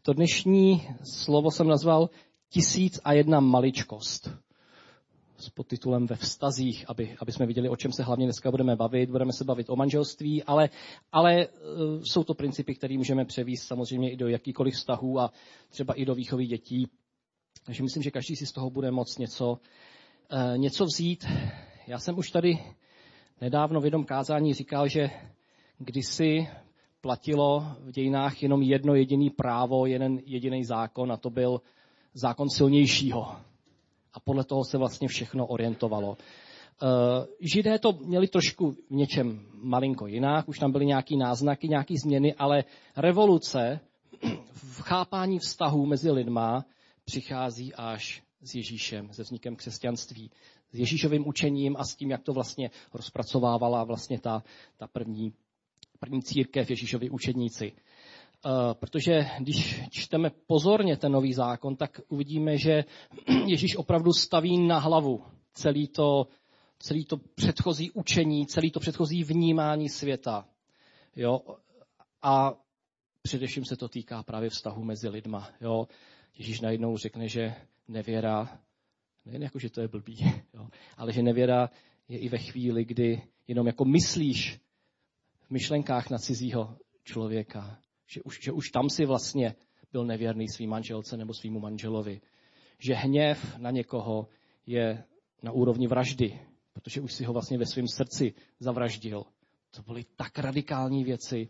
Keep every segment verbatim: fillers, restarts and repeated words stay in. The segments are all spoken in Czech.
To dnešní slovo jsem nazval Tisíc a jedna maličkost. S podtitulem Ve vztazích, aby, aby jsme viděli, o čem se hlavně dneska budeme bavit. Budeme se bavit o manželství, ale, ale jsou to principy, které můžeme převést samozřejmě i do jakýkoliv vztahů a třeba i do výchovy dětí. Takže myslím, že každý si z toho bude moct něco, něco vzít. Já jsem už tady nedávno v jednom kázání říkal, že kdysi platilo v dějinách jenom jedno jediné právo, jeden jediný zákon, a to byl zákon silnějšího. A podle toho se vlastně všechno orientovalo. Židé to měli trošku v něčem malinko jinak, už tam byly nějaký náznaky, nějaké změny, ale revoluce v chápání vztahů mezi lidma přichází až s Ježíšem, se vznikem křesťanství, s Ježíšovým učením a s tím, jak to vlastně rozpracovávala vlastně ta, ta první, první církev, Ježíšovi učedníci. Uh, protože když čteme pozorně ten nový zákon, tak uvidíme, že Ježíš opravdu staví na hlavu celý to, celý to předchozí učení, celý to předchozí vnímání světa. Jo? A především se to týká právě vztahu mezi lidma. Jo? Ježíš najednou řekne, že nevěra, nejen jako, že to je blbý, jo? Ale že nevěra je i ve chvíli, kdy jenom jako myslíš v myšlenkách na cizího člověka. Že už, že už tam si vlastně byl nevěrný svým manželce nebo svýmu manželovi. Že hněv na někoho je na úrovni vraždy, protože už si ho vlastně ve svém srdci zavraždil. To byly tak radikální věci,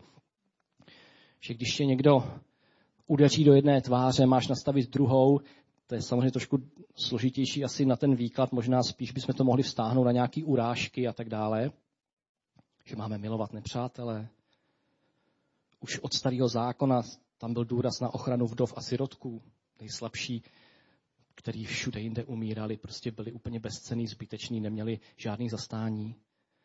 že když tě někdo udeří do jedné tváře, máš nastavit druhou, to je samozřejmě trošku složitější asi na ten výklad, možná spíš bychom to mohli vztáhnout na nějaké urážky a tak dále, že máme milovat nepřátele. Už od starého zákona tam byl důraz na ochranu vdov a sirotků, nejslabší, který všude jinde umírali, prostě byli úplně bezcenný, zbytečný, neměli žádný zastání.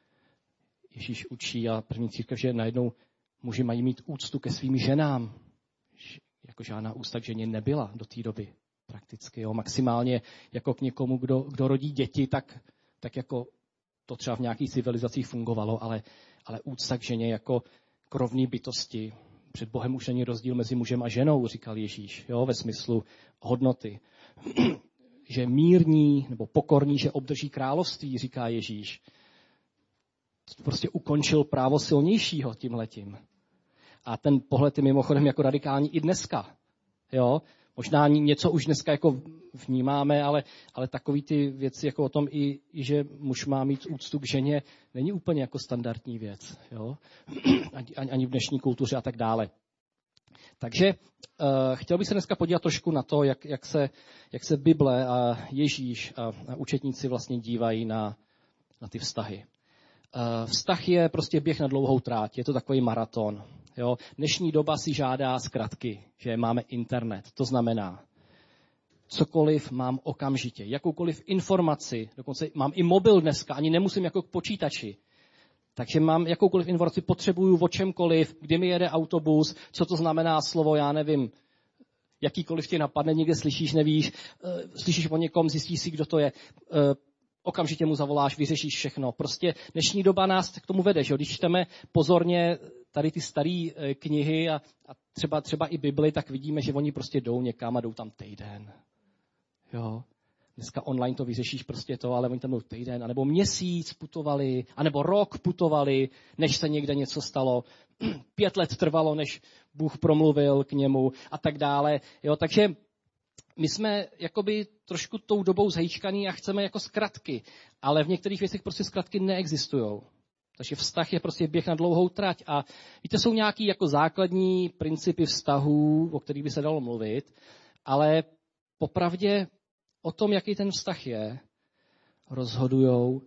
Ježíš učí a první církev, že najednou muži mají mít úctu ke svým ženám. Jako žádná úcta k ženě nebyla do té doby prakticky. Jo. Maximálně jako k někomu, kdo, kdo rodí děti, tak, tak jako to třeba v nějakých civilizacích fungovalo, ale, ale úcta k ženě jako k rovný bytosti. Před Bohem už není rozdíl mezi mužem a ženou, říkal Ježíš, jo, ve smyslu hodnoty. Že mírní nebo pokorní, že obdrží království, říká Ježíš. Prostě ukončil právo silnějšího tímhletím. A ten pohled je mimochodem jako radikální i dneska. Jo? Možná něco už dneska jako vnímáme, ale, ale takový ty věci jako o tom, i, i že muž má mít úctu k ženě, není úplně jako standardní věc. Jo? Ani, ani v dnešní kultuře a tak dále. Takže uh, chtěl bych se dneska podívat trošku na to, jak, jak, se, jak se Bible a Ježíš a, a učetníci vlastně dívají na, na ty vztahy. Uh, vztah je prostě běh na dlouhou tráť, je to takový maraton. Jo? Dnešní doba si žádá zkratky, že máme internet. To znamená, cokoliv mám okamžitě, jakoukoliv informaci, dokonce mám i mobil dneska, ani nemusím jako k počítači. Takže mám jakoukoliv informaci, potřebuju o čemkoliv, kdy mi jede autobus, co to znamená slovo, já nevím, jakýkoliv tě napadne, někde slyšíš, nevíš, slyšíš o někom, zjistíš si, kdo to je, okamžitě mu zavoláš, vyřešíš všechno. Prostě dnešní doba nás k tomu vede, že když čteme pozorně tady ty staré knihy a, a třeba, třeba i Bibli, tak vidíme, že oni prostě jdou někam a jdou tam týden. Jo. Dneska online to vyřešíš prostě to, ale oni tam jdou týden, anebo měsíc putovali, anebo rok putovali, než se někde něco stalo. Pět let trvalo, než Bůh promluvil k němu a tak dále. Jo, takže my jsme jakoby trošku tou dobou zhejčkaný a chceme jako zkratky, ale v některých věcech prostě zkratky neexistujou. Takže vztah je prostě běh na dlouhou trať a víte, jsou nějaký jako základní principy vztahů, o kterých by se dalo mluvit, ale popravdě o tom, jaký ten vztah je, rozhodujou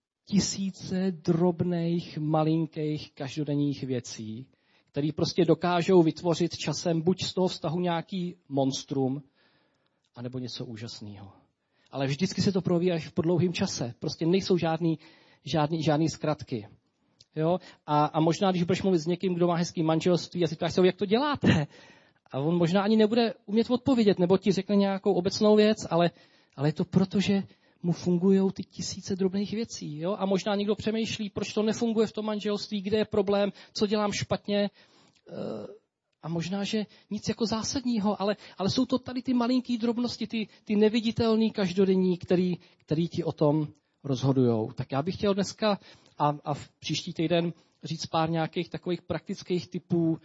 tisíce drobných, malinkých, každodenních věcí, které prostě dokážou vytvořit časem buď z toho vztahu nějaký monstrum, anebo něco úžasného. Ale vždycky se to proví až po dlouhém čase. Prostě nejsou žádný, žádný, žádný zkratky. Jo? A, a možná, když budeš mluvit s někým, kdo má hezký manželství a říkáš se, jak to děláte? A on možná ani nebude umět odpovědět, nebo ti řekne nějakou obecnou věc, ale, ale je to proto, že mu fungují ty tisíce drobných věcí. Jo? A možná někdo přemýšlí, proč to nefunguje v tom manželství, kde je problém, co dělám špatně. a možná, že nic jako zásadního, ale, ale jsou to tady ty malinký drobnosti, ty, ty neviditelný každodenní, který, který ti o tom rozhodujou. Tak já bych chtěl dneska a, a v příští týden říct pár nějakých takových praktických typů,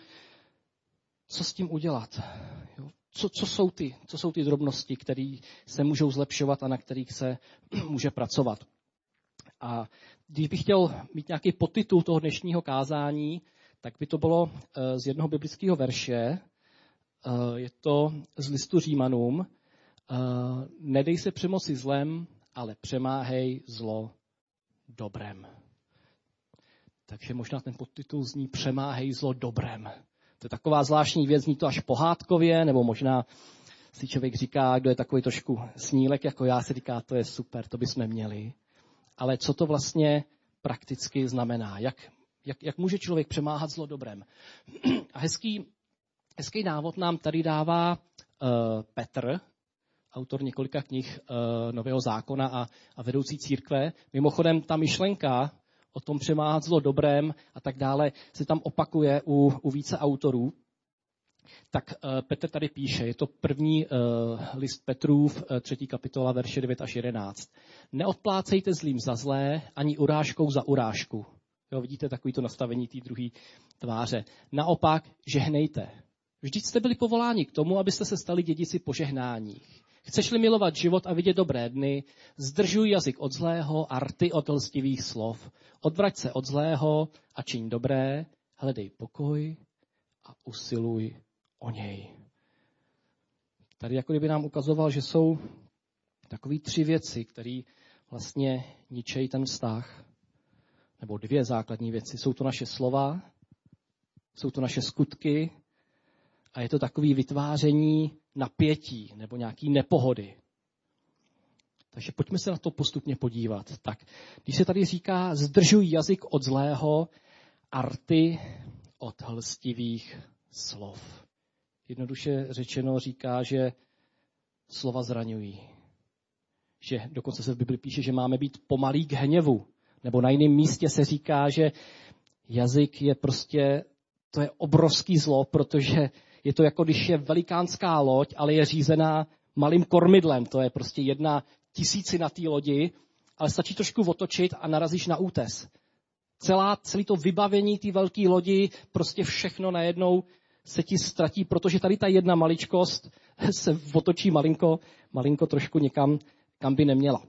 co s tím udělat. Jo? Co, co, jsou ty, co jsou ty drobnosti, které se můžou zlepšovat a na kterých se může pracovat. A když bych chtěl mít nějaký podtitul toho dnešního kázání, tak by to bylo z jednoho biblického verše. Je to z listu Římanům. Nedej se přemoci zlem, ale přemáhej zlo dobrem. Takže možná ten podtitul zní Přemáhej zlo dobrem. To je taková zvláštní věc, zní to až pohádkově, nebo možná si člověk říká, kdo je takový trošku snílek, jako já, si říká, to je super, to bychom měli. Ale co to vlastně prakticky znamená? Jak, jak, jak může člověk přemáhat zlo dobrem? A hezký, hezký návod nám tady dává uh, Petr, autor několika knih uh, Nového zákona a, a vedoucí církve. Mimochodem, ta myšlenka o tom přemáhat zlo dobrem a tak dále se tam opakuje u, u více autorů. Tak uh, Petr tady píše, je to první uh, list Petrův, uh, třetí kapitola, verše devět až jedenáct. Neodplácejte zlým za zlé, ani urážkou za urážku. Jo, vidíte takovýto nastavení té druhé tváře. Naopak, žehnejte. Vždyť jste byli povoláni k tomu, abyste se stali dědici požehnání. Chceš-li milovat život a vidět dobré dny, zdržuj jazyk od zlého a rty od lstivých slov. Odvrať se od zlého a čiň dobré, hledej pokoj a usiluj o něj. Tady jako kdyby nám ukazoval, že jsou takové tři věci, které vlastně ničejí ten vztah. Nebo dvě základní věci. Jsou to naše slova, jsou to naše skutky a je to takové vytváření napětí nebo nějaký nepohody. Takže pojďme se na to postupně podívat. Tak, když se tady říká, zdržuj jazyk od zlého a rty od lstivých slov. Jednoduše řečeno říká, že slova zraňují. Že dokonce se v Bibli píše, že máme být pomalí k hněvu. Nebo na jiném místě se říká, že jazyk je prostě, to je obrovský zlo, protože je to jako když je velikánská loď, ale je řízená malým kormidlem. To je prostě jedna tisícina té lodi, ale stačí trošku otočit a narazíš na útes. Celá, celé to vybavení té velké lodi, prostě všechno najednou se ti ztratí, protože tady ta jedna maličkost se otočí malinko, malinko trošku někam, kam by neměla.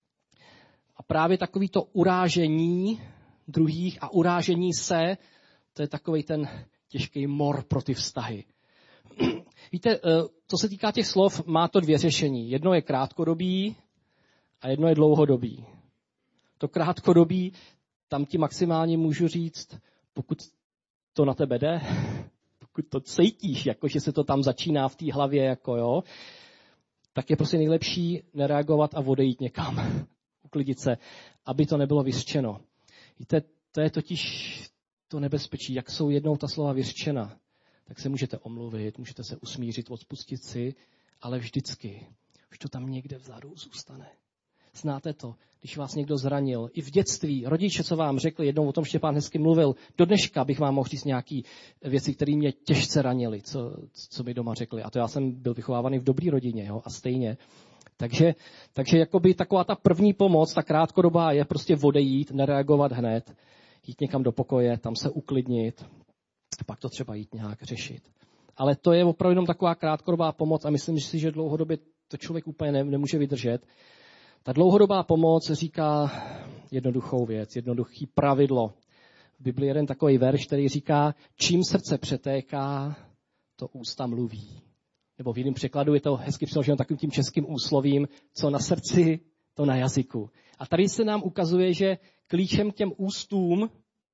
A právě takový to urážení druhých a urážení se, to je takovej ten těžký mor pro ty vztahy. Víte, co se týká těch slov, má to dvě řešení. Jedno je krátkodobý a jedno je dlouhodobý. To krátkodobý, tam ti maximálně můžu říct, pokud to na tebe jde, pokud to cítíš, jako že se to tam začíná v té hlavě, jako jo, tak je prostě nejlepší nereagovat a odejít někam. Uklidit se, aby to nebylo vyřčeno. Víte, to je totiž to nebezpečí, jak jsou jednou ta slova vyřčena, tak se můžete omluvit, můžete se usmířit, odpustit si, ale vždycky už to tam někde vzadu zůstane. Znáte to, když vás někdo zranil. I v dětství, rodiče, co vám řekli, jednou o tom Štěpán hezky mluvil, do dneška bych vám mohl říct nějaké věci, které mě těžce ranily, co, co mi doma řekli. A to já jsem byl vychovávaný v dobré rodině, jo, a stejně. Takže, takže jakoby taková ta první pomoc, ta krátkodobá je prostě odejít, nereagovat hned, jít někam do pokoje, tam se uklidnit, pak to třeba jít nějak řešit. Ale to je opravdu jenom taková krátkodobá pomoc a myslím si, že dlouhodobě to člověk úplně ne, nemůže vydržet. Ta dlouhodobá pomoc říká jednoduchou věc, jednoduchý pravidlo. V Biblii je jeden takový verš, který říká, čím srdce přetéká, to ústa mluví. Nebo v jiném překladu je to hezky přeloženo takovým tím českým úslovím, co na srdci, to na jazyku. A tady se nám ukazuje, že klíčem k těm ústům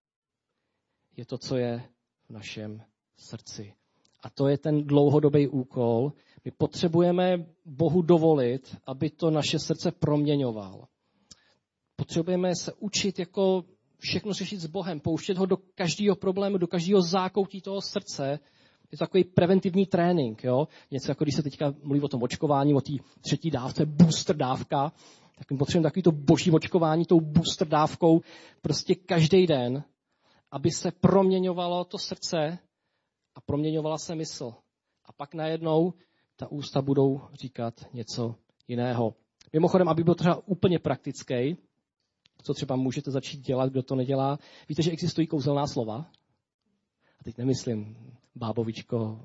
je to, co je v našem srdci. A to je ten dlouhodobý úkol. My potřebujeme Bohu dovolit, aby to naše srdce proměňoval. Potřebujeme se učit jako všechno řešit s Bohem, pouštět ho do každého problému, do každého zákoutí toho srdce. Je to takový preventivní trénink, jo? Něco jako když se teďka mluví o tom očkování, o té třetí dávce, booster dávka, tak my potřebujeme takový to boží očkování tou booster dávkou prostě každý den, aby se proměňovalo to srdce a proměňovala se mysl. A pak najednou ta ústa budou říkat něco jiného. Mimochodem, aby byl třeba úplně praktický, co třeba můžete začít dělat, kdo to nedělá. Víte, že existují kouzelná slova? A teď nemyslím bábovičko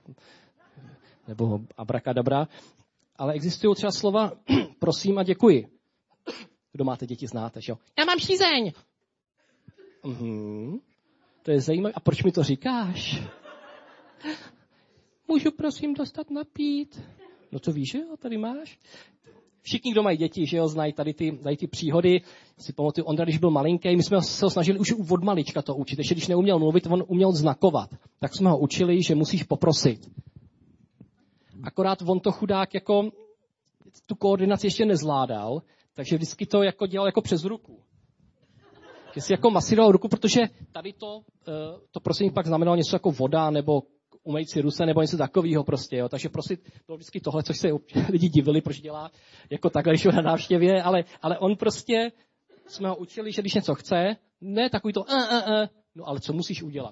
nebo abrakadabra, ale existují třeba slova prosím a děkuji. Kdo máte děti, znáte, že jo? Já mám šízeň. Mhm. To je zajímavé. A proč mi to říkáš? Můžu prosím dostat napít? No to víš, že jo, tady máš. Všichni, kdo mají děti, že jo, znají tady ty, tady ty příhody. Si pamatuju, Ondra, když byl malinký, my jsme se ho snažili už od malička to učit. Ještě když neuměl mluvit, on uměl znakovat. Tak jsme ho učili, že musíš poprosit. Akorát on to chudák jako tu koordinaci ještě nezvládal, takže vždycky to jako dělal jako přes ruku. Že si jako masíroval ruku, protože tady to, to prosím pak znamenalo něco jako voda nebo umýt si ruce nebo něco takového prostě. Jo. Takže prosit bylo vždycky tohle, což se lidi divili, proč dělá jako takhle, když na návštěvě, ale, ale on prostě, jsme ho učili, že když něco chce, ne takový to, uh, uh, uh, no ale co musíš udělat?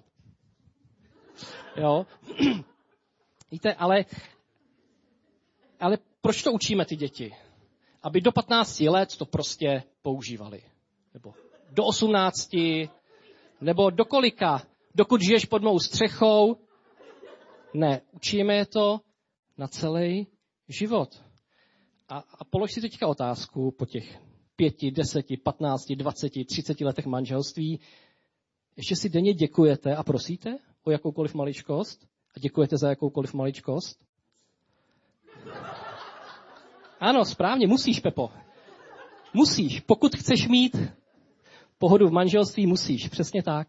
Jo. Víte, ale, ale proč to učíme ty děti? Aby do patnácti let to prostě používali. Nebo do osmnácti, nebo do kolika, dokud žiješ pod mou střechou. Ne, učíme je to na celý život. A, a polož si teďka otázku po těch pěti, deseti, patnácti, dvaceti, třiceti letech manželství. Ještě si denně děkujete a prosíte o jakoukoliv maličkost? A děkujete za jakoukoliv maličkost? Ano, správně, musíš, Pepo. Musíš. Pokud chceš mít pohodu v manželství, musíš. Přesně tak.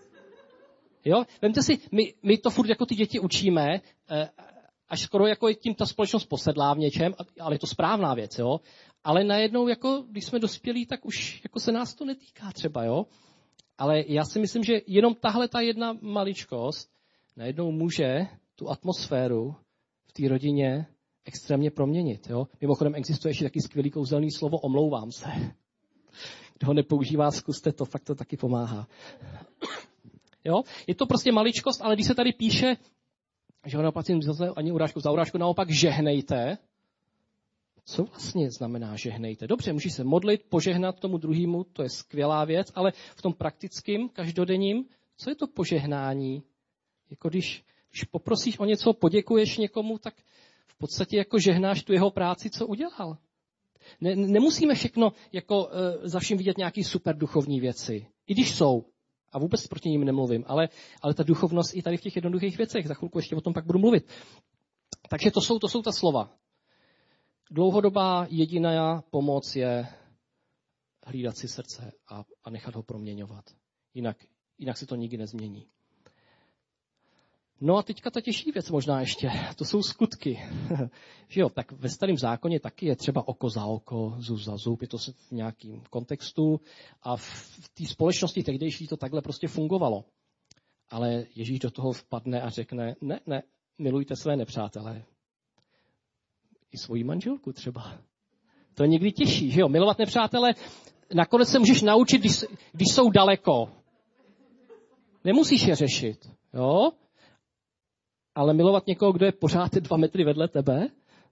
Jo? Vemte si, my, my to furt jako ty děti učíme, až skoro jako tím ta společnost posedlá v něčem, ale je to správná věc, jo? Ale najednou, jako, když jsme dospělí, tak už jako se nás to netýká třeba, jo? Ale já si myslím, že jenom tahle ta jedna maličkost najednou může tu atmosféru v té rodině extrémně proměnit, jo? Mimochodem existuje ještě taky skvělý kouzelný slovo omlouvám se. Kdo ho nepoužívá, zkuste to, fakt to taky pomáhá. Jo? Je to prostě maličkost, ale když se tady píše, že ho neopatřím ani urážku za urážku, naopak žehnejte. Co vlastně znamená žehnejte? Dobře, můžeš se modlit, požehnat tomu druhému, to je skvělá věc, ale v tom praktickém, každodenním, co je to požehnání? Jako když, když poprosíš o něco, poděkuješ někomu, tak v podstatě jako žehnáš tu jeho práci, co udělal. Ne, nemusíme všechno jako uh, za vším vidět nějaký super duchovní věci. I když jsou. A vůbec proti ním nemluvím, ale, ale ta duchovnost i tady v těch jednoduchých věcech. Za chvilku ještě o tom pak budu mluvit. Takže to jsou, to jsou ta slova. Dlouhodobá jediná pomoc je hlídat si srdce a, a nechat ho proměňovat. Jinak, jinak se to nikdy nezmění. No a teďka ta těžší věc možná ještě, to jsou skutky. Že jo, tak ve Starém zákoně taky je třeba oko za oko, zub za zub, je to v nějakém kontextu a v té společnosti tehdejší to takhle prostě fungovalo. Ale Ježíš do toho vpadne a řekne, ne, ne, milujte své nepřátele. I svoji manželku třeba. To je někdy těžší, že jo, milovat nepřátele, nakonec se můžeš naučit, když, když jsou daleko. Nemusíš je řešit, jo? Ale milovat někoho, kdo je pořád dva metry vedle tebe,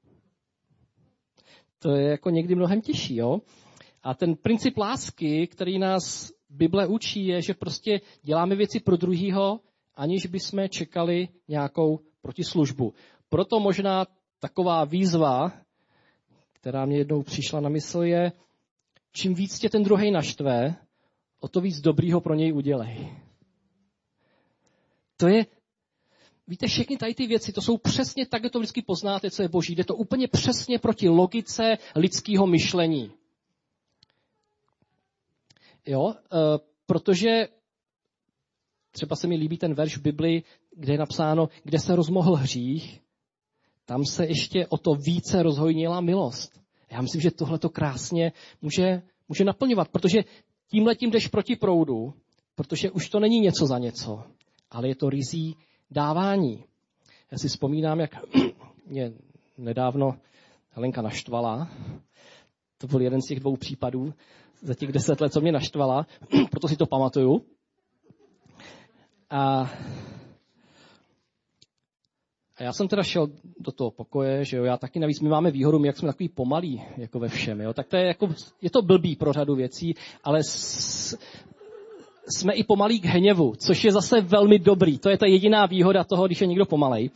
to je jako někdy mnohem těžší, jo? A ten princip lásky, který nás Bible učí, je, že prostě děláme věci pro druhýho, aniž bychom čekali nějakou protislužbu. Proto možná taková výzva, která mě jednou přišla na mysl, je, čím víc tě ten druhej naštve, o to víc dobrýho pro něj udělej. To je, víte, všechny tady ty věci, to jsou přesně tak, že to vždycky poznáte, co je boží. Jde to úplně přesně proti logice lidského myšlení. Jo, e, protože třeba se mi líbí ten verš v Biblii, kde je napsáno, kde se rozmohl hřích, tam se ještě o to více rozhojnila milost. Já myslím, že tohle to krásně může, může naplňovat, protože tímhletím jdeš proti proudu, protože už to není něco za něco, ale je to rizí dávání. Já si vzpomínám, jak mě nedávno Helenka naštvala. To byl jeden z těch dvou případů za těch deset let, co mě naštvala, proto si to pamatuju. A A já jsem teda šel do toho pokoje, že jo, já taky navíc, my máme výhodu, my jak jsme takový pomalí, jako ve všem, jo, tak to je jako, je to blbý pro řadu věcí, ale s, jsme i pomalí k hněvu, což je zase velmi dobrý, to je ta jediná výhoda toho, když je někdo pomalej.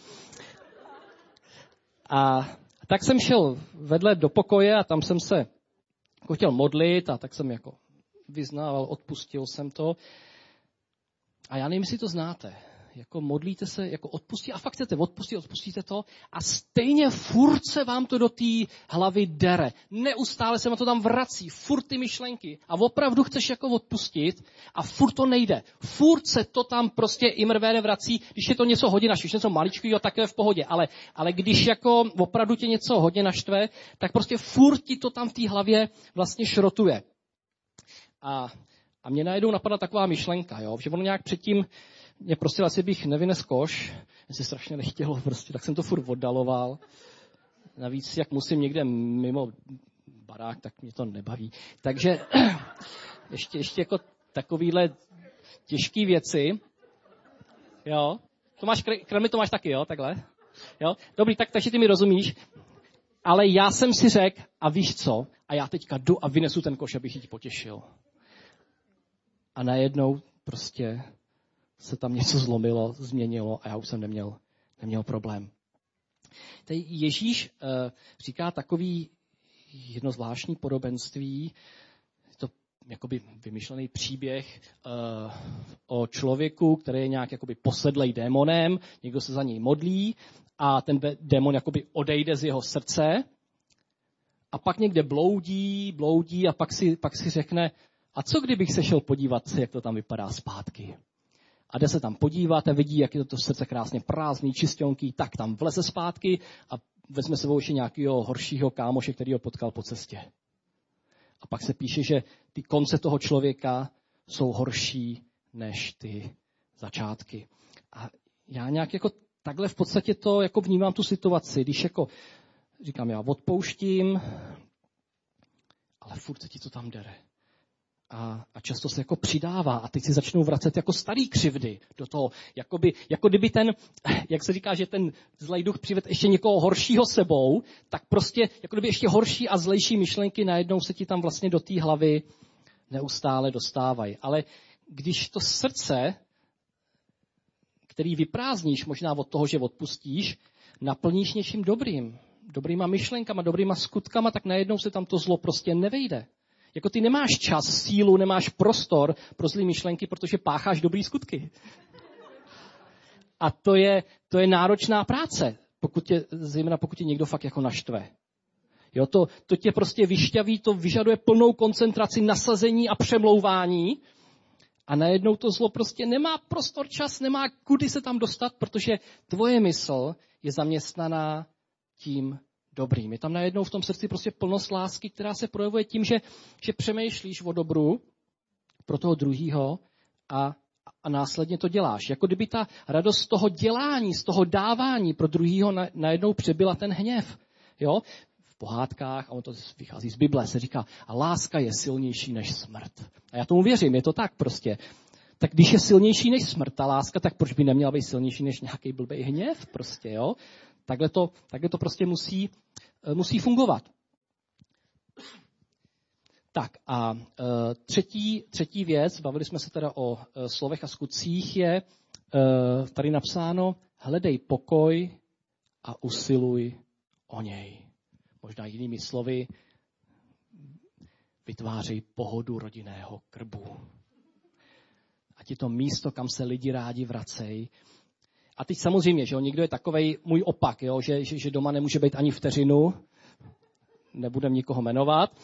A tak jsem šel vedle do pokoje a tam jsem se jako chtěl modlit a tak jsem jako vyznával, odpustil jsem to. A já nevím, jestli to znáte. Jako modlíte se, jako odpustí a fakt chcete odpustit, odpustíte to a stejně furt se vám to do té hlavy dere. Neustále se vám to tam vrací, furt ty myšlenky a opravdu chceš jako odpustit a furt to nejde. Furt se to tam prostě imrvére vrací, když je to něco hodně naštve, když něco maličkého, tak je v pohodě, ale, ale když jako opravdu tě něco hodně naštve, tak prostě furt ti to tam v té hlavě vlastně šrotuje. A, a mě najednou napadla taková myšlenka, jo, že ono nějak předtím mě prostě asi bych nevynes koš, mě se strašně nechtělo prostě, tak jsem to furt oddaloval. Navíc, jak musím někde mimo barák, tak mě to nebaví. Takže ještě, ještě jako takovýhle těžký věci. Jo, to máš, kremy to máš taky, jo, takhle. Jo, dobrý, tak, takže ty mi rozumíš. Ale já jsem si řekl, a víš co, a já teďka jdu a vynesu ten koš, abych ji potěšil. A najednou prostě se tam něco zlomilo, změnilo a já už jsem neměl, neměl problém. Tady Ježíš uh, říká takový jedno zvláštní podobenství, je to jakoby vymyšlený příběh uh, o člověku, který je nějak jakoby posedlej démonem, někdo se za něj modlí a ten démon jakoby odejde z jeho srdce a pak někde bloudí, bloudí a pak si, pak si řekne, a co kdybych se šel podívat, jak to tam vypadá zpátky. A jde se tam podívat a vidí, jak je to srdce krásně prázdný, čistěnký, tak tam vleze zpátky a vezme sebou ještě nějakého horšího kámoše, který ho potkal po cestě. A pak se píše, že ty konce toho člověka jsou horší než ty začátky. A já nějak jako takhle v podstatě to jako vnímám tu situaci, když jako říkám, já odpouštím, ale furt se ti to tam dere. A, a často se jako přidává a teď si začnou vracet jako starý křivdy do toho. Jakoby, jako kdyby ten, jak se říká, že ten zlej duch přived ještě někoho horšího sebou, tak prostě jako kdyby ještě horší a zlejší myšlenky najednou se ti tam vlastně do té hlavy neustále dostávají. Ale když to srdce, který vyprázdníš možná od toho, že odpustíš, naplníš něčím dobrým, dobrýma myšlenkama, dobrýma skutkama, tak najednou se tam to zlo prostě nevejde. Jako ty nemáš čas, sílu, nemáš prostor pro zlý myšlenky, protože pácháš dobrý skutky. A to je, to je náročná práce, pokud tě, zejména pokud tě někdo fakt jako naštve. Jo, to, to tě prostě vyšťaví, to vyžaduje plnou koncentraci, nasazení a přemlouvání. A najednou to zlo prostě nemá prostor, čas, nemá kudy se tam dostat, protože tvoje mysl je zaměstnaná tím dobrým. Je tam najednou v tom srdci prostě plnost lásky, která se projevuje tím, že, že přemýšlíš o dobru pro toho druhýho a, a následně to děláš. Jako kdyby ta radost z toho dělání, z toho dávání pro druhýho na, najednou přebyla ten hněv. Jo? V pohádkách, a on to vychází z Bible, se říká, a láska je silnější než smrt. A já tomu věřím, je to tak prostě. Tak když je silnější než smrt ta láska, tak proč by neměla být silnější než nějaký blbej hněv prostě, jo? Takhle to, takhle to prostě musí, musí fungovat. Tak a uh, třetí, třetí věc, bavili jsme se teda o uh, slovech a skutcích, je uh, tady napsáno, hledej pokoj a usiluj o něj. Možná jinými slovy, vytvářej pohodu rodinného krbu. Ať je to místo, kam se lidi rádi vracejí. A teď samozřejmě, že jo, někdo je takovej můj opak, jo, že, že, že doma nemůže být ani vteřinu, nebudem nikoho jmenovat,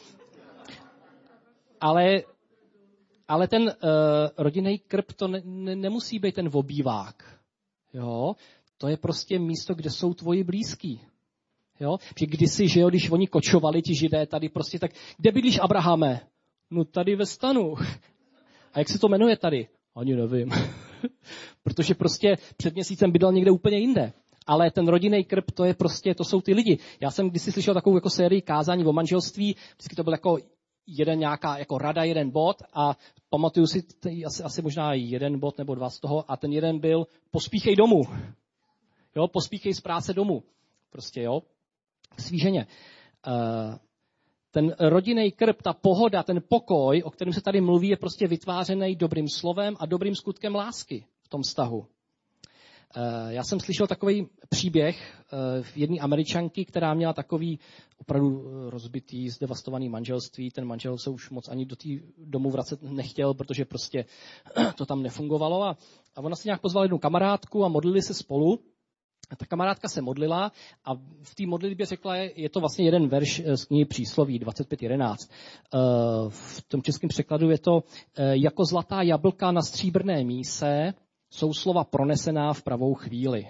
ale, ale ten uh, rodinný krb to ne, ne, nemusí být ten obývák, jo, to je prostě místo, kde jsou tvoji blízký, jo, že kdysi, že jo, když oni kočovali, ti židé tady prostě, tak kde bydlíš, Abrahame? No tady ve stanu. A jak se to jmenuje tady? Ani nevím. Protože prostě před měsícem bydlel někde úplně jinde. Ale ten rodinný krb, to je prostě, to jsou ty lidi. Já jsem kdysi slyšel takovou jako sérii kázání o manželství, vždycky to byl jako jeden nějaká jako rada, jeden bod a pamatuju si t- asi, asi možná jeden bod nebo dva z toho a ten jeden byl pospíchej domů. Jo, pospíchej z práce domů. Prostě, jo, k svý ženě. Uh, ten rodinný krb, ta pohoda, ten pokoj, o kterém se tady mluví, je prostě vytvářený dobrým slovem a dobrým skutkem lásky v tom vztahu. Já jsem slyšel takový příběh jedné Američanky, která měla takový opravdu rozbitý, zdevastovaný manželství. Ten manžel se už moc ani do té domu vracet nechtěl, protože prostě to tam nefungovalo. A, a ona si nějak pozvala jednu kamarádku a modlili se spolu. A ta kamarádka se modlila a v té modlitbě řekla, je to vlastně jeden verš z knihy Přísloví dvacet pět jedenáct. V tom českém překladu je to jako zlatá jablka na stříbrné míse, jsou slova pronesená v pravou chvíli.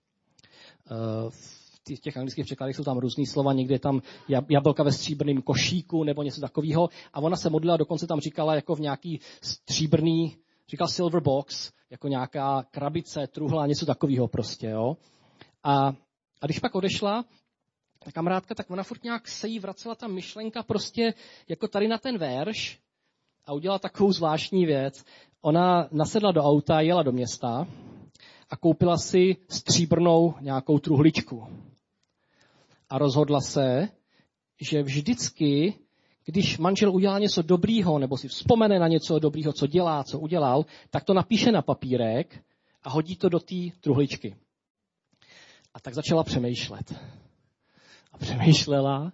V těch anglických překladech jsou tam různý slova, někde je tam jablka ve stříbrném košíku nebo něco takového. A ona se modlila, dokonce tam říkala jako v nějaký stříbrný, říkala silver box, jako nějaká krabice, truhla, něco takového prostě. Jo. A, a když pak odešla ta kamarádka, tak ona furt nějak se jí vracela ta myšlenka prostě jako tady na ten verš a udělala takovou zvláštní věc. Ona nasedla do auta, jela do města a koupila si stříbrnou nějakou truhličku. A rozhodla se, že vždycky, když manžel udělá něco dobrýho, nebo si vzpomene na něco dobrýho, co dělá, co udělal, tak to napíše na papírek a hodí to do té truhličky. A tak začala přemýšlet. A přemýšlela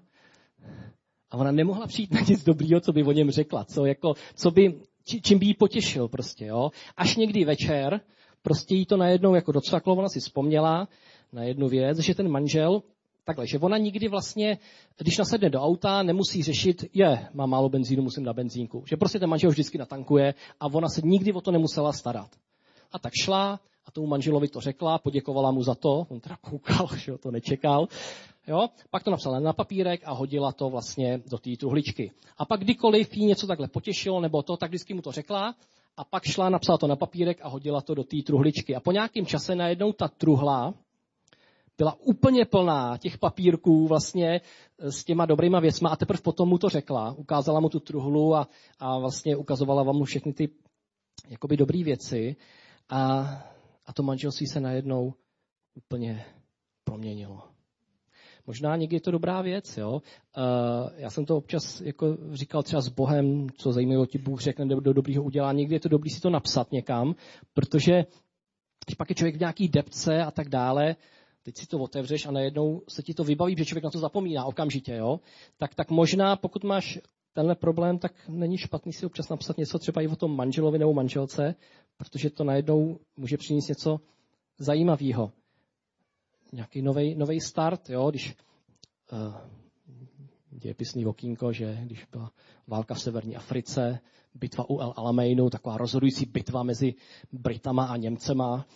a ona nemohla přijít na nic dobrýho, co by o něm řekla, co, jako, co by, či, čím by jí potěšil prostě, jo. Až někdy večer prostě jí to najednou jako docvaklo, ona si vzpomněla na jednu věc, že ten manžel, takhle, že ona nikdy vlastně, když nasedne do auta, nemusí řešit, je, mám málo benzínu, musím na benzínku. Že prostě ten manžel vždycky natankuje a ona se nikdy o to nemusela starat. A tak šla a tomu manželovi to řekla, poděkovala mu za to, on teda koukal, že to nečekal. Jo? Pak to napsala na papírek a hodila to vlastně do té truhličky. A pak kdykoliv jí něco takhle potěšilo nebo to, tak vždycky mu to řekla a pak šla, napsala to na papírek a hodila to do té truhličky. A po nějakém čase najednou ta truhla byla úplně plná těch papírků vlastně s těma dobrýma věcma a teprve potom mu to řekla, ukázala mu tu truhlu a, a vlastně ukazovala vám mu všechny ty jakoby dobrý věci a, a to manželství se najednou úplně proměnilo. Možná někdy je to dobrá věc, jo. Uh, já jsem to občas jako říkal třeba s Bohem, co zajímavého ti Bůh řekne, do, do dobrýho udělá. Někdy je to dobrý si to napsat někam, protože když pak je člověk v nějaký depce a tak dále, teď si to otevřeš a najednou se ti to vybaví, protože člověk na to zapomíná okamžitě, jo. Tak, tak možná, pokud máš tenhle problém, tak není špatný si občas napsat něco třeba i o tom manželovi nebo manželce, protože to najednou může přinést něco zajímavého. Nějaký nový start, jo, když uh, dějepisný okýnko, že když byla válka v severní Africe, bitva u El Alameinu, taková rozhodující bitva mezi Britama a Němcema.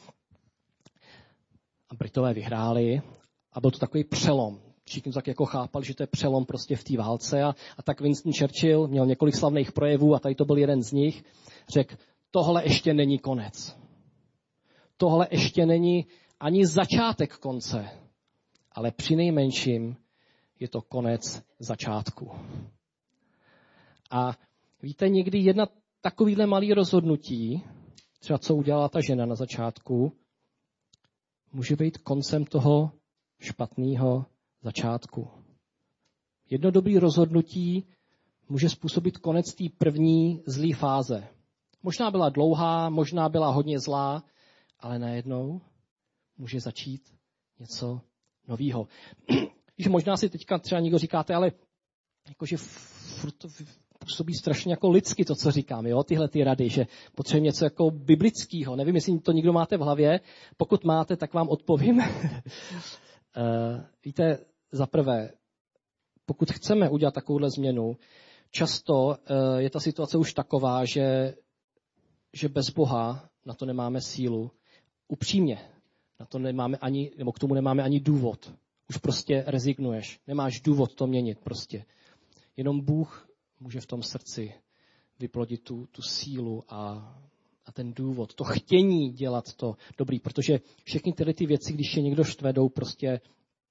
A Britové vyhráli a byl to takový přelom. Všichni tak jako chápali, že to je přelom prostě v té válce a, a tak Winston Churchill měl několik slavných projevů a tady to byl jeden z nich. Řekl, tohle ještě není konec. Tohle ještě není ani začátek konce, ale přinejmenším je to konec začátku. A víte, někdy jedna takovýhle malý rozhodnutí, třeba co udělala ta žena na začátku, může být koncem toho špatného začátku. Jedno dobré rozhodnutí může způsobit konec té první zlé fáze. Možná byla dlouhá, možná byla hodně zlá, ale najednou může začít něco nového. Když možná si teďka třeba někdo říkáte, ale jakože furt to působí strašně jako lidsky to, co říkám, jo? Tyhle ty rady, že potřebujeme něco jako biblického. Nevím, jestli to někdo máte v hlavě. Pokud máte, tak vám odpovím. Víte, za prvé, pokud chceme udělat takovouhle změnu, často je ta situace už taková, že, že bez Boha na to nemáme sílu. Upřímně, na to nemáme ani, nebo k tomu nemáme ani důvod. Už prostě rezignuješ. Nemáš důvod to měnit prostě. Jenom Bůh může v tom srdci vyplodit tu, tu sílu a, a ten důvod, to chtění dělat to dobrý, protože všechny tyhle ty věci, když je někdo štve, jdou prostě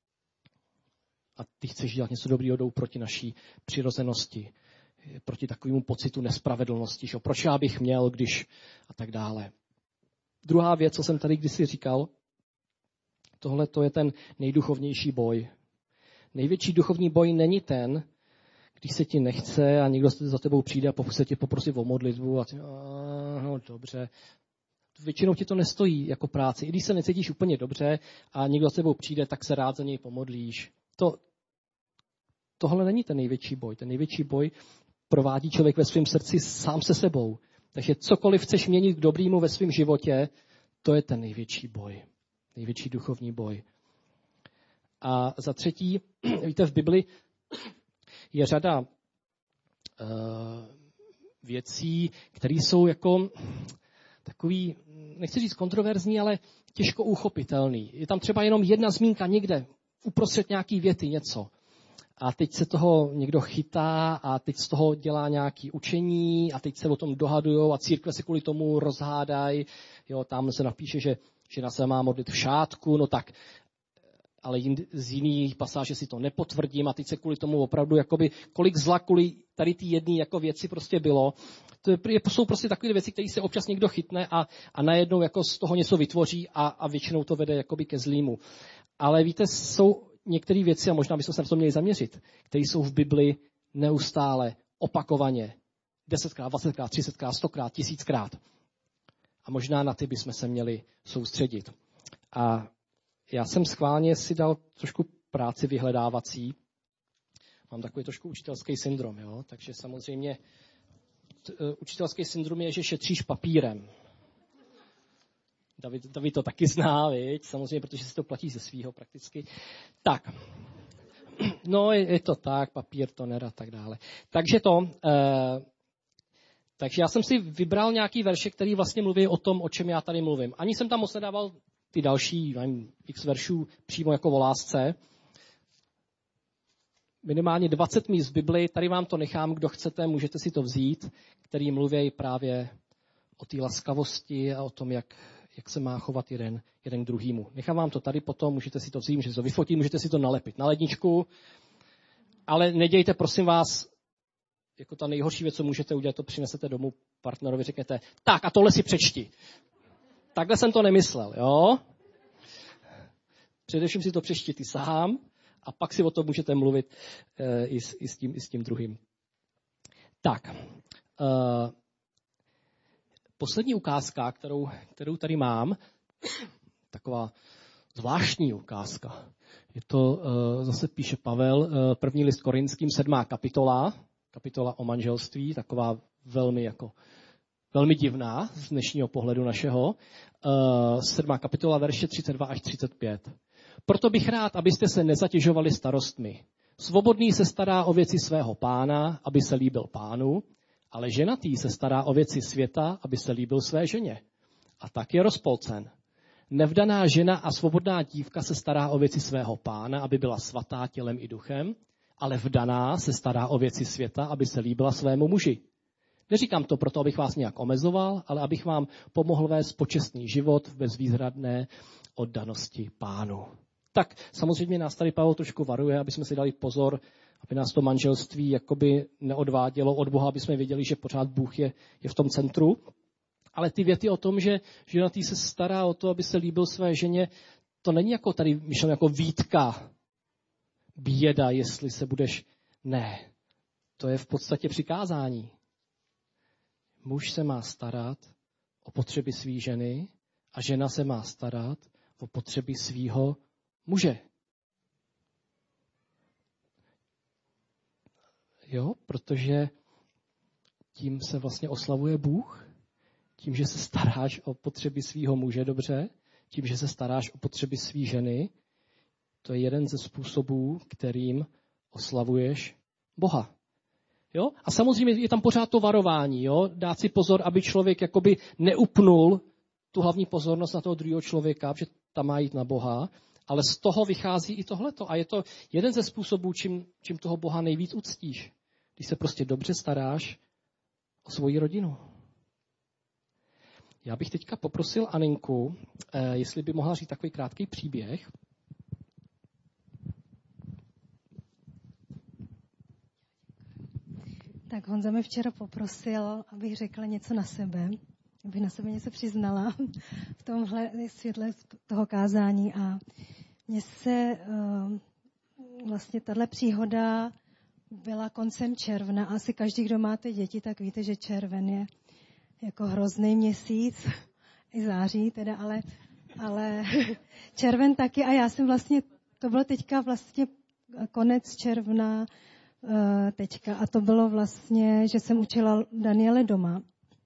a ty chceš dělat něco dobrýho, jdou proti naší přirozenosti, proti takovému pocitu nespravedlnosti, že proč já bych měl, když a tak dále. Druhá věc, co jsem tady kdysi říkal, Tohle to je ten nejduchovnější boj. Největší duchovní boj není ten, když se ti nechce a někdo za tebou přijde a se tě poprosí o modlitbu a ty, no dobře. Většinou ti to nestojí jako práci. I když se necítíš úplně dobře a někdo za tebou přijde, tak se rád za něj pomodlíš. To, tohle není ten největší boj. Ten největší boj provádí člověk ve svém srdci sám se sebou. Takže cokoliv chceš měnit k dobrému ve svém životě, to je ten největší boj. Největší duchovní boj. A za třetí, víte, v Bibli je řada uh, věcí, které jsou jako takový, nechci říct kontroverzní, ale těžko uchopitelný. Je tam třeba jenom jedna zmínka někde, uprostřed nějaký věty, něco. A teď se toho někdo chytá a teď z toho dělá nějaké učení a teď se o tom dohadujou a církve se kvůli tomu rozhádají. Jo, tam se napíše, že žena se má modlit v šátku, no tak, ale jind, z jiných pasáže si to nepotvrdím a teď se kvůli tomu opravdu, jakoby, kolik zla kvůli tady ty jedné jako věci prostě bylo. To je, jsou prostě takové věci, které se občas někdo chytne a, a najednou jako z toho něco vytvoří a, a většinou to vede jakoby ke zlýmu. Ale víte, jsou některé věci, a možná bychom se na to měli zaměřit, které jsou v Bibli neustále, opakovaně, desetkrát, dvacetkrát, třicetkrát, stokrát, tisíckrát. A možná na ty bychom se měli soustředit. A já jsem schválně si dal trošku práci vyhledávací. Mám takový trošku učitelský syndrom, jo? Takže samozřejmě t, uh, učitelský syndrom je, že šetříš papírem. David, David to taky zná, viď? Samozřejmě, protože si to platí ze svýho prakticky. Tak, no je, je to tak, papír, toner a tak dále. Takže to, uh, takže já jsem si vybral nějaký verše, který vlastně mluví o tom, o čem já tady mluvím. Ani jsem tam moc nedával ty další, nevím, x veršů přímo jako o lásce. Minimálně dvacet míst v Bibli, tady vám to nechám, kdo chcete, můžete si to vzít, který mluví právě o té laskavosti a o tom, jak, jak se má chovat jeden, jeden k druhému. Nechám vám to tady potom, můžete si to vzít, můžete si to vyfotit, můžete si to nalepit na ledničku, ale nedějte, prosím vás, jako ta nejhorší věc, co můžete udělat, to přinesete domů partnerovi, řeknete, tak a tohle si přečti. Takhle jsem to nemyslel, jo? Především si to přečti ty sám a pak si o tom můžete mluvit e, i, s, i, s tím, i s tím druhým. Tak. E, poslední ukázka, kterou, kterou tady mám, taková zvláštní ukázka. Je to, e, zase píše Pavel, e, první list Korinským, sedmá kapitola, kapitola o manželství, taková velmi jako velmi divná z dnešního pohledu našeho. Uh, sedmá kapitola, verše třicet dva až třicet pět. Proto bych rád, abyste se nezatěžovali starostmi. Svobodný se stará o věci svého pána, aby se líbil pánu, ale ženatý se stará o věci světa, aby se líbil své ženě. A tak je rozpolcen. Nevdaná žena a svobodná dívka se stará o věci svého pána, aby byla svatá tělem i duchem, ale vdaná se stará o věci světa, aby se líbila svému muži. Neříkám to proto, abych vás nějak omezoval, ale abych vám pomohl vést počestný život v bezvýhradné oddanosti pánu. Tak samozřejmě nás tady Pavel trošku varuje, aby jsme si dali pozor, aby nás to manželství jakoby neodvádělo od Boha, aby jsme věděli, že pořád Bůh je, je v tom centru. Ale ty věty o tom, že ženatý se stará o to, aby se líbil své ženě, to není jako tady myšleno jako výtka, běda, jestli se budeš... Ne, to je v podstatě přikázání. Muž se má starat o potřeby své ženy a žena se má starat o potřeby svého muže. Jo, protože tím se vlastně oslavuje Bůh, tím, že se staráš o potřeby svého muže dobře, tím, že se staráš o potřeby své ženy, to je jeden ze způsobů, kterým oslavuješ Boha. Jo? A samozřejmě je tam pořád to varování, jo? Dát si pozor, aby člověk jakoby neupnul tu hlavní pozornost na toho druhého člověka, protože tam má jít na Boha, ale z toho vychází i tohleto. A je to jeden ze způsobů, čím, čím toho Boha nejvíc uctíš. Když se prostě dobře staráš o svoji rodinu. Já bych teďka poprosil Aninku, eh, jestli by mohla říct takový krátký příběh. Tak Honza mě včera poprosil, abych řekla něco na sebe, abych na sebe něco přiznala v tomhle světle toho kázání a mně se vlastně tahle příhoda byla koncem června. Asi každý, kdo máte děti, tak víte, že červen je jako hrozný měsíc, i září teda, ale, ale červen taky. A já jsem vlastně, to bylo teďka vlastně konec června teďka a to bylo vlastně, že jsem učila Daniele doma.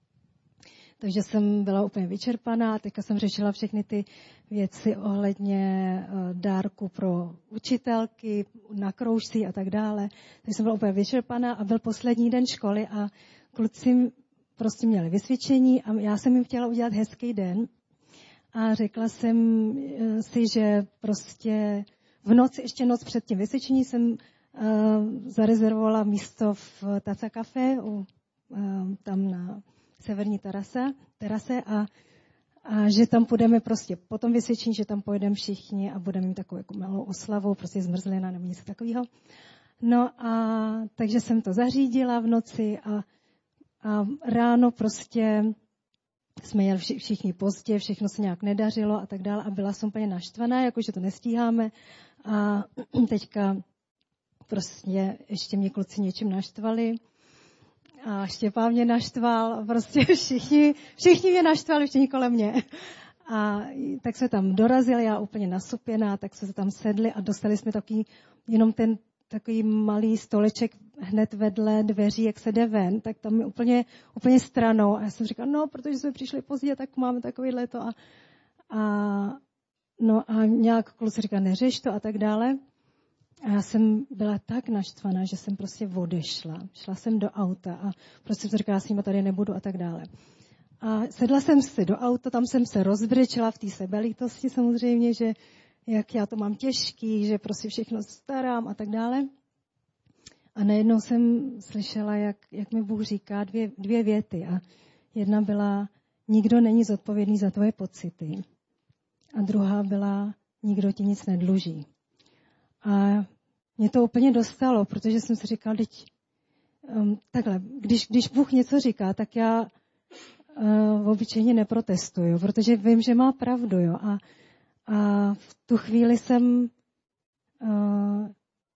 Takže jsem byla úplně vyčerpaná, teďka jsem řešila všechny ty věci ohledně dárku pro učitelky, na kroužcí a tak dále. Takže jsem byla úplně vyčerpaná a byl poslední den školy a kluci prostě měli vysvědčení a já jsem jim chtěla udělat hezký den. A řekla jsem si, že prostě v noci, ještě noc před tím vysvědčení jsem uh, zarezervovala místo v Taca Café, u, uh, tam na severní terase, terase a, a že tam půjdeme prostě po tom vysvědčení, že tam pojedeme všichni a budeme mít takovou jako malou oslavu, prostě zmrzlina nebo něco takového. No a takže jsem to zařídila v noci a, a ráno prostě jsme jeli všichni pozdě, všechno se nějak nedařilo a tak dále a byla jsem úplně naštvaná, jakože to nestíháme a teďka prostě ještě mě kluci něčím naštvali a Štěpán mě naštval, prostě všichni, všichni mě naštvali, všichni kolem mě. A tak jsme tam dorazili, já úplně nasupěná, tak jsme se tam sedli a dostali jsme takový, jenom ten takový malý stoleček hned vedle dveří, jak se jde ven, tak tam je úplně, úplně stranou. A já jsem říkala, no, protože jsme přišli pozdě, tak máme takovýhle to. A, a, no a nějak kluci říká, neřeš to a tak dále. A já jsem byla tak naštvaná, že jsem prostě odešla. Šla jsem do auta a prostě jsem říkala, já s nima tady nebudu a tak dále. A sedla jsem si do auta, tam jsem se rozbrečela v té sebelítosti samozřejmě, že jak já to mám těžký, že prostě všechno starám a tak dále. A najednou jsem slyšela, jak, jak mi Bůh říká dvě, dvě věty. A jedna byla, nikdo není zodpovědný za tvoje pocity. A druhá byla, nikdo ti nic nedluží. A mě to úplně dostalo, protože jsem si říkala, teď, um, takhle, když, když Bůh něco říká, tak já uh, obyčejně neprotestuju, protože vím, že má pravdu. Jo. A, a v tu chvíli jsem uh,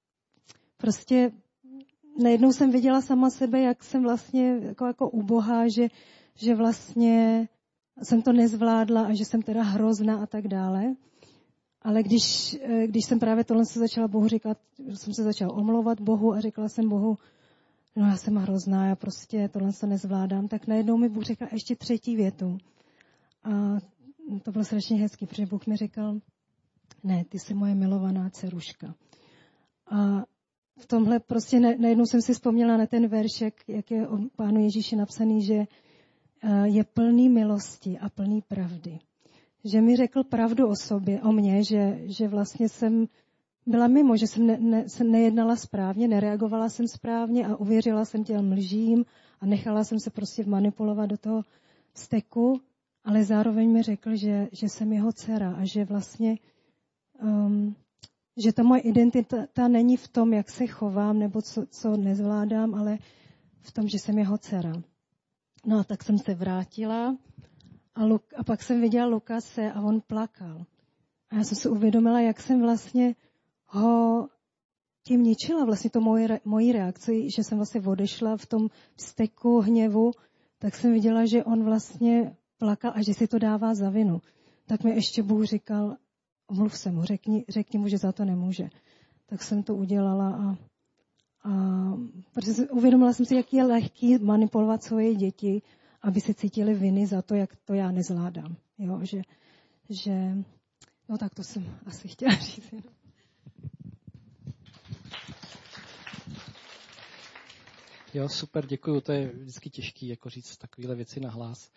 prostě najednou jsem viděla sama sebe, jak jsem vlastně jako, jako ubohá, že, že vlastně jsem to nezvládla a že jsem teda hrozná a tak dále. Ale když, když jsem právě tohle se začala Bohu říkat, jsem se začala omlouvat Bohu a řekla jsem Bohu, no já jsem hrozná, já prostě tohle se nezvládám, tak najednou mi Bůh řekl ještě třetí větu. A to bylo strašně hezký, protože Bůh mi řekl, ne, ty jsi moje milovaná dceruška. A v tomhle prostě najednou jsem si vzpomněla na ten verš, jak, jak je o Pánu Ježíši napsaný, že je plný milosti a plný pravdy. Že mi řekl pravdu o sobě, o mně, že, že vlastně jsem byla mimo, že jsem, ne, ne, jsem nejednala správně, nereagovala jsem správně a uvěřila jsem těm lžím a nechala jsem se prostě manipulovat do toho vzteku, ale zároveň mi řekl, že, že jsem jeho dcera a že vlastně um, že ta moje identita není v tom, jak se chovám nebo co, co nezvládám, ale v tom, že jsem jeho dcera. No a tak jsem se vrátila a, Luk, a pak jsem viděla Lukase a on plakal. A já jsem si uvědomila, jak jsem vlastně ho tím ničila, vlastně to moje, moji reakci, že jsem vlastně odešla v tom vzteku hněvu, tak jsem viděla, že on vlastně plakal a že si to dává za vinu. Tak mi ještě Bůh říkal, omluv se mu, řekni, řekni mu, že za to nemůže. Tak jsem to udělala a, a protože uvědomila jsem si, jak je lehký manipulovat svoje děti, aby se cítili viny za to, jak to já nezvládám. Jo, že, že, no tak to jsem asi chtěla říct. Jo, super, děkuju, to je vždycky těžký, jako říct takovéhle věci nahlas.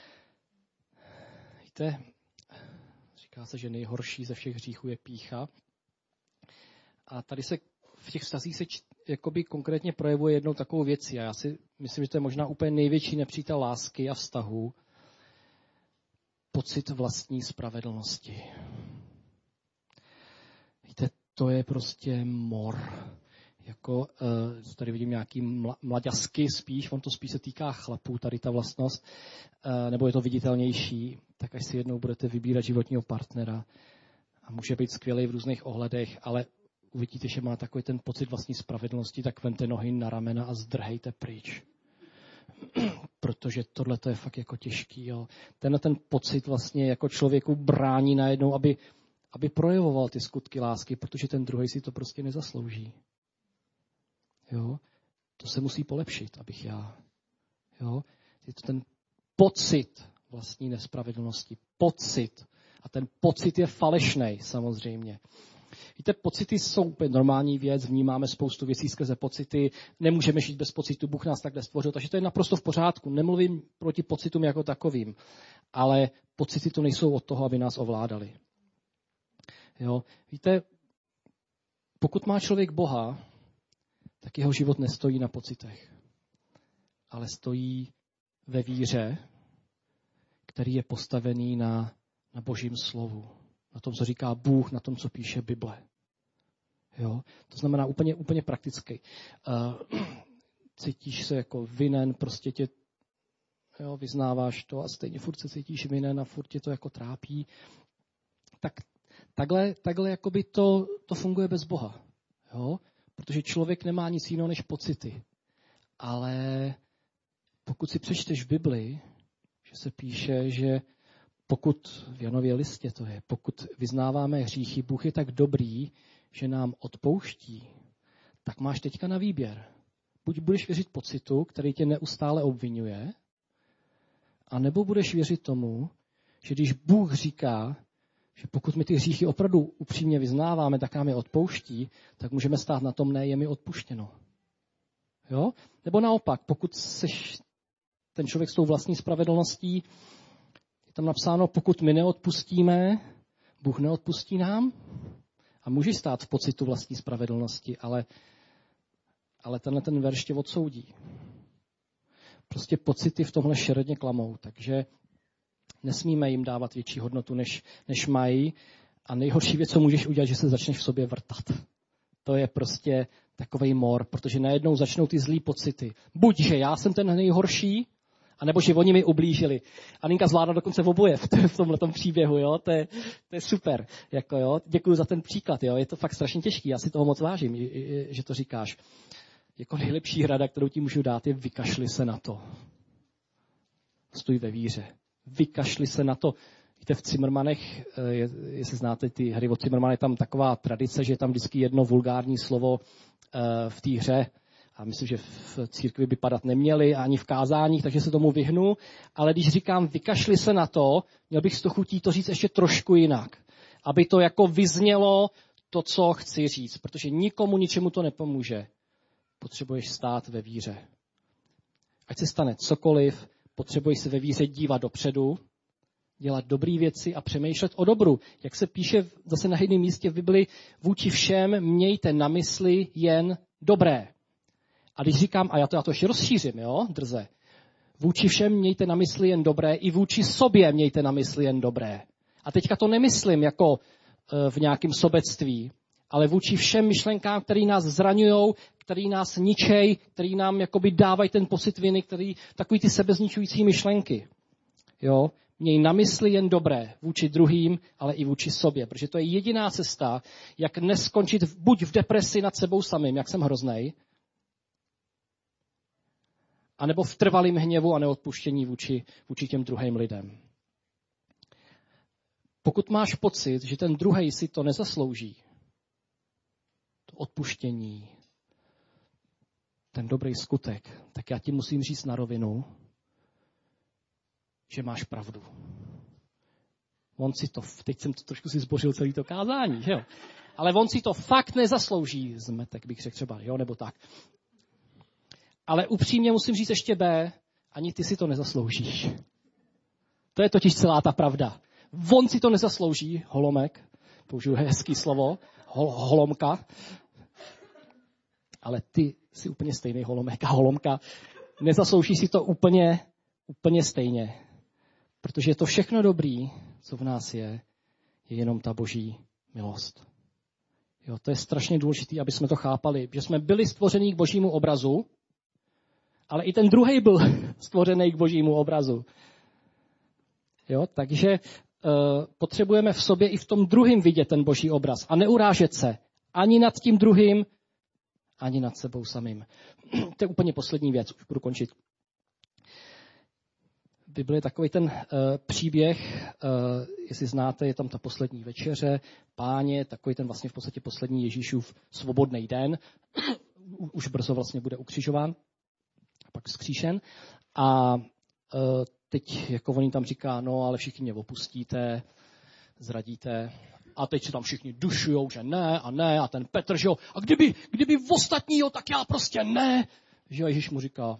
Víte, říká se, že nejhorší ze všech hříchů je pýcha. A tady se v těch vztazích se č, jakoby konkrétně projevuje jednou takovou věcí. A já si myslím, že to je možná úplně největší nepřítel lásky a vztahu. Pocit vlastní spravedlnosti. Víte, to je prostě mor. Jako, uh, tady vidím nějaký mla, mlaďasky spíš, on to spíš se týká chlapů, tady ta vlastnost, uh, nebo je to viditelnější, tak až si jednou budete vybírat životního partnera a může být skvělý v různých ohledech, ale uvidíte, že má takový ten pocit vlastní spravedlnosti, tak vemte nohy na ramena a zdrhejte pryč. Protože tohle to je fakt jako těžký. Jo. Tenhle ten pocit vlastně jako člověku brání najednou, aby, aby projevoval ty skutky lásky, protože ten druhý si to prostě nezaslouží. Jo. To se musí polepšit, abych já. Jo. Je to ten pocit vlastní nespravedlnosti. Pocit. A ten pocit je falešnej, samozřejmě. Víte, pocity jsou úplně normální věc, vnímáme spoustu věcí skrze pocity, nemůžeme žít bez pocitu, Bůh nás takhle stvořil, takže to je naprosto v pořádku. Nemluvím proti pocitům jako takovým, ale pocity to nejsou od toho, aby nás ovládali. Jo? Víte, pokud má člověk Boha, tak jeho život nestojí na pocitech, ale stojí ve víře, který je postavený na, na Božím slovu. Na tom, co říká Bůh, na tom, co píše Bible. Jo? To znamená úplně, úplně prakticky. Uh, cítíš se jako vinen, prostě tě jo, vyznáváš to a stejně furt se cítíš vinen a furt tě to jako trápí. Tak takhle, takhle jakoby to, to funguje bez Boha. Jo? Protože člověk nemá nic jiného než pocity. Ale pokud si přečteš v Bibli, že se píše, že pokud v Janově listě to je, pokud vyznáváme hříchy, Bůh je tak dobrý, že nám odpouští, tak máš teďka na výběr. Buď budeš věřit pocitu, který tě neustále obvinuje, anebo budeš věřit tomu, že když Bůh říká, že pokud my ty hříchy opravdu upřímně vyznáváme, tak nám je odpouští, tak můžeme stát na tom, ne, je mi odpuštěno. Jo? Nebo naopak, pokud seš ten člověk s tou vlastní spravedlností, je tam napsáno, pokud my neodpustíme, Bůh neodpustí nám a můžeš stát v pocitu vlastní spravedlnosti, ale, ale tenhle ten verš tě odsoudí. Prostě pocity v tomhle šeredně klamou, takže nesmíme jim dávat větší hodnotu, než, než mají. A nejhorší věc, co můžeš udělat, že se začneš v sobě vrtat. To je prostě takovej mor, protože najednou začnou ty zlý pocity. Buď, že já jsem ten nejhorší, anebo že oni mi ublížili. Aninka zvládla dokonce oboje v, v tomhletom příběhu, jo? To je, to je super. Jako, jo? Děkuji za ten příklad, jo? Je to fakt strašně těžký, já si toho moc vážím, že to říkáš. Jako nejlepší rada, kterou ti můžu dát, je vykašli se na to. Stůj ve víře. Vykašli se na to. Víte, v Zimmermanech, jestli znáte ty hry od Zimmermana, je tam taková tradice, že je tam vždycky jedno vulgární slovo v té hře. A myslím, že v církvi by padat neměly, ani v kázáních, takže se tomu vyhnu. Ale když říkám, vykašli se na to, měl bych z toho chutí to říct ještě trošku jinak. Aby to jako vyznělo to, co chci říct. Protože nikomu ničemu to nepomůže. Potřebuješ stát ve víře. Ať se stane cokoliv, potřebuješ se ve víře dívat dopředu, dělat dobré věci a přemýšlet o dobru. Jak se píše zase na jednom místě v Bibli, vůči všem mějte na mysli jen dobré. A když říkám, a já to, já to ještě rozšířím, jo, drze, vůči všem mějte na mysli jen dobré, i vůči sobě mějte na mysli jen dobré. A teďka to nemyslím jako v nějakém sobectví, ale vůči všem myšlenkám, které nás zraňujou, které nás ničej, které nám jakoby dávají ten pocit viny, který, takový ty sebezničující myšlenky. Jo? Měj na mysli jen dobré vůči druhým, ale i vůči sobě, protože to je jediná cesta, jak neskončit buď v depresi nad sebou samým, jak jsem hroznej, anebo v trvalém hněvu a neodpuštění vůči, vůči těm druhým lidem. Pokud máš pocit, že ten druhej si to nezaslouží, to odpuštění, ten dobrý skutek, tak já ti musím říct na rovinu, že máš pravdu. On si to, teď jsem to trošku si zbořil celý to kázání, že jo? Ale on si to fakt nezaslouží, zmetek bych řekl třeba, jo, nebo tak. Ale upřímně musím říct ještě B, ani ty si to nezasloužíš. To je totiž celá ta pravda. On si to nezaslouží, holomek, použiju hezký slovo, hol, holomka, ale ty jsi úplně stejný holomek a holomka. Nezaslouží si to úplně, úplně stejně. Protože to všechno dobrý, co v nás je, je jenom ta boží milost. Jo, to je strašně důležité, aby jsme to chápali, že jsme byli stvoření k božímu obrazu, ale i ten druhý byl stvořený k božímu obrazu. Jo, takže uh, potřebujeme v sobě i v tom druhém vidět ten boží obraz a neurážet se ani nad tím druhým, ani nad sebou samým. To je úplně poslední věc, už budu končit. V Bibli je takový ten uh, příběh, uh, jestli znáte, je tam ta poslední večeře, Páně, takový ten vlastně v podstatě poslední Ježíšův svobodný den. Už brzo vlastně bude ukřižován, pak vzkříšen. A uh, teď jako on jim tam říká, no ale všichni mě opustíte, zradíte. A teď se tam všichni dušujou, že ne a ne. A ten Petr, že jo, a kdyby, kdyby v ostatního, tak já prostě ne. Že jo, Ježíš mu říká,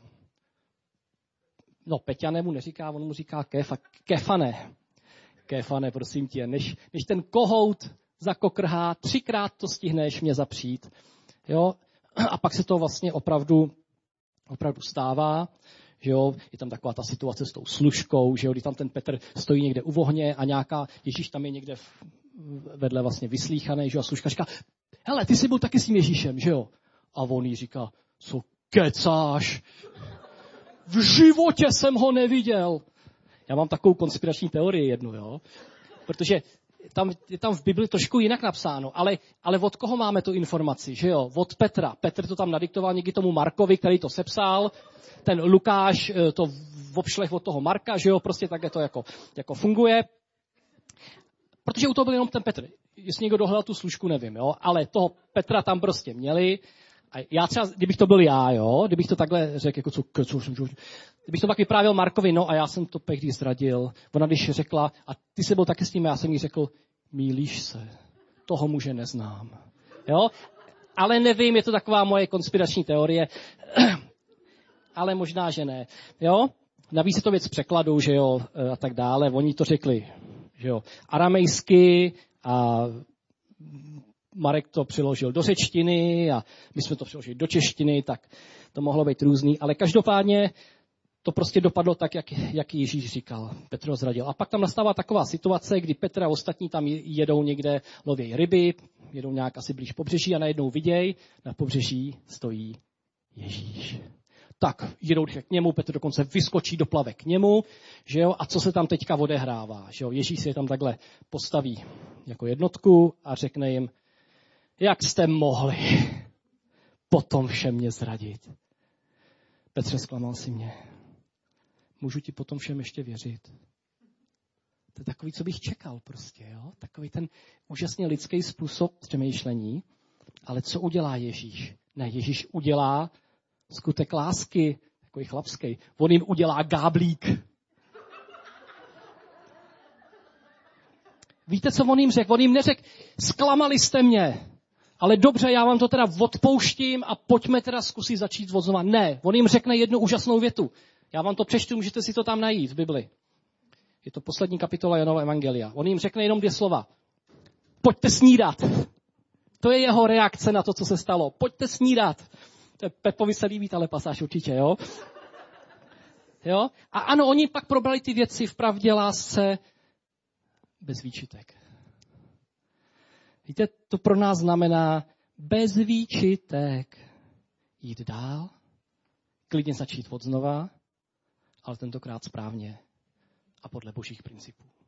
no Peťane mu neříká, on mu říká Kéfa, Kéfane. Kéfane, prosím tě, než, než ten kohout zakokrhá, třikrát to stihneš mě zapřít. Jo, a pak se to vlastně opravdu, opravdu stává. Že jo, je tam taková ta situace s tou služkou, že jo, kdy tam ten Petr stojí někde u ohně a nějaká, Ježíš tam je někde v, vedle vlastně vyslíchaný, že jo, a služka říká, hele, ty jsi byl taky s tím Ježíšem, že jo? A on jí říká, co kecáš? V životě jsem ho neviděl. Já mám takovou konspirační teorii jednu, jo, protože tam, je tam v Bibli trošku jinak napsáno, ale, ale od koho máme tu informaci, že jo? Od Petra. Petr to tam nadiktoval někdy tomu Markovi, který to sepsal. Ten Lukáš to obšlech od toho Marka, že jo? Prostě takhle to jako, jako funguje. Protože u toho byl jenom ten Petr. Jestli někdo dohledal tu služku, nevím, jo? Ale toho Petra tam prostě měli. A já třeba, kdybych to byl já, jo? Kdybych to takhle řekl, jako co, co, co, kdybych to tak vyprávěl Markovi, no a já jsem to pekdy zradil. Ona když řekla, a ty jsi byl taky s ním, já jsem jí řekl, mýlíš se, toho muže neznám. Jo? Ale nevím, je to taková moje konspirační teorie, ale možná, že ne. Jo? Navíc je to věc překladu, že jo, a tak dále. Oni to řekli, že jo, aramejsky a Marek to přeložil do řečtiny a my jsme to přeložili do češtiny, tak to mohlo být různý, ale každopádně to prostě dopadlo tak, jak, jak Ježíš říkal. Petr ho zradil. A pak tam nastává taková situace, kdy Petr a ostatní tam jedou někde, lovějí ryby, jedou nějak asi blíž pobřeží a najednou viděj, na pobřeží stojí Ježíš. Tak jedou k němu, Petr dokonce vyskočí do plavek k němu, že jo, a co se tam teďka odehrává, že jo, Ježíš si je tam takhle postaví jako jednotku a řekne jim, jak jste mohli potom všem mě zradit. Petře, zklamal si mě. Můžu ti potom všem ještě věřit. To je takový, co bych čekal prostě, jo? Takový ten úžasně lidský způsob přemýšlení. Ale co udělá Ježíš? Ne, Ježíš udělá skutek lásky, takový chlapský. On jim udělá gáblík. Víte, co on jim řekl? On jim neřekl, zklamali jste mě, ale dobře, já vám to teda odpouštím a pojďme teda zkusit začít od znova. Ne, on jim řekne jednu úžasnou větu. Já vám to přečtu, můžete si to tam najít v Bibli. Je to poslední kapitola Janova evangelia. On jim řekne jenom dvě slova. Pojďte snídat. To je jeho reakce na to, co se stalo. Pojďte snídat. To je, Pepovi se líbí tahle pasáž určitě, jo? Jo? A ano, oni pak probrali ty věci v pravdě, lásce, bez výčitek. Víte, to pro nás znamená bez výčitek jít dál, klidně začít od znova, ale tentokrát správně a podle božích principů.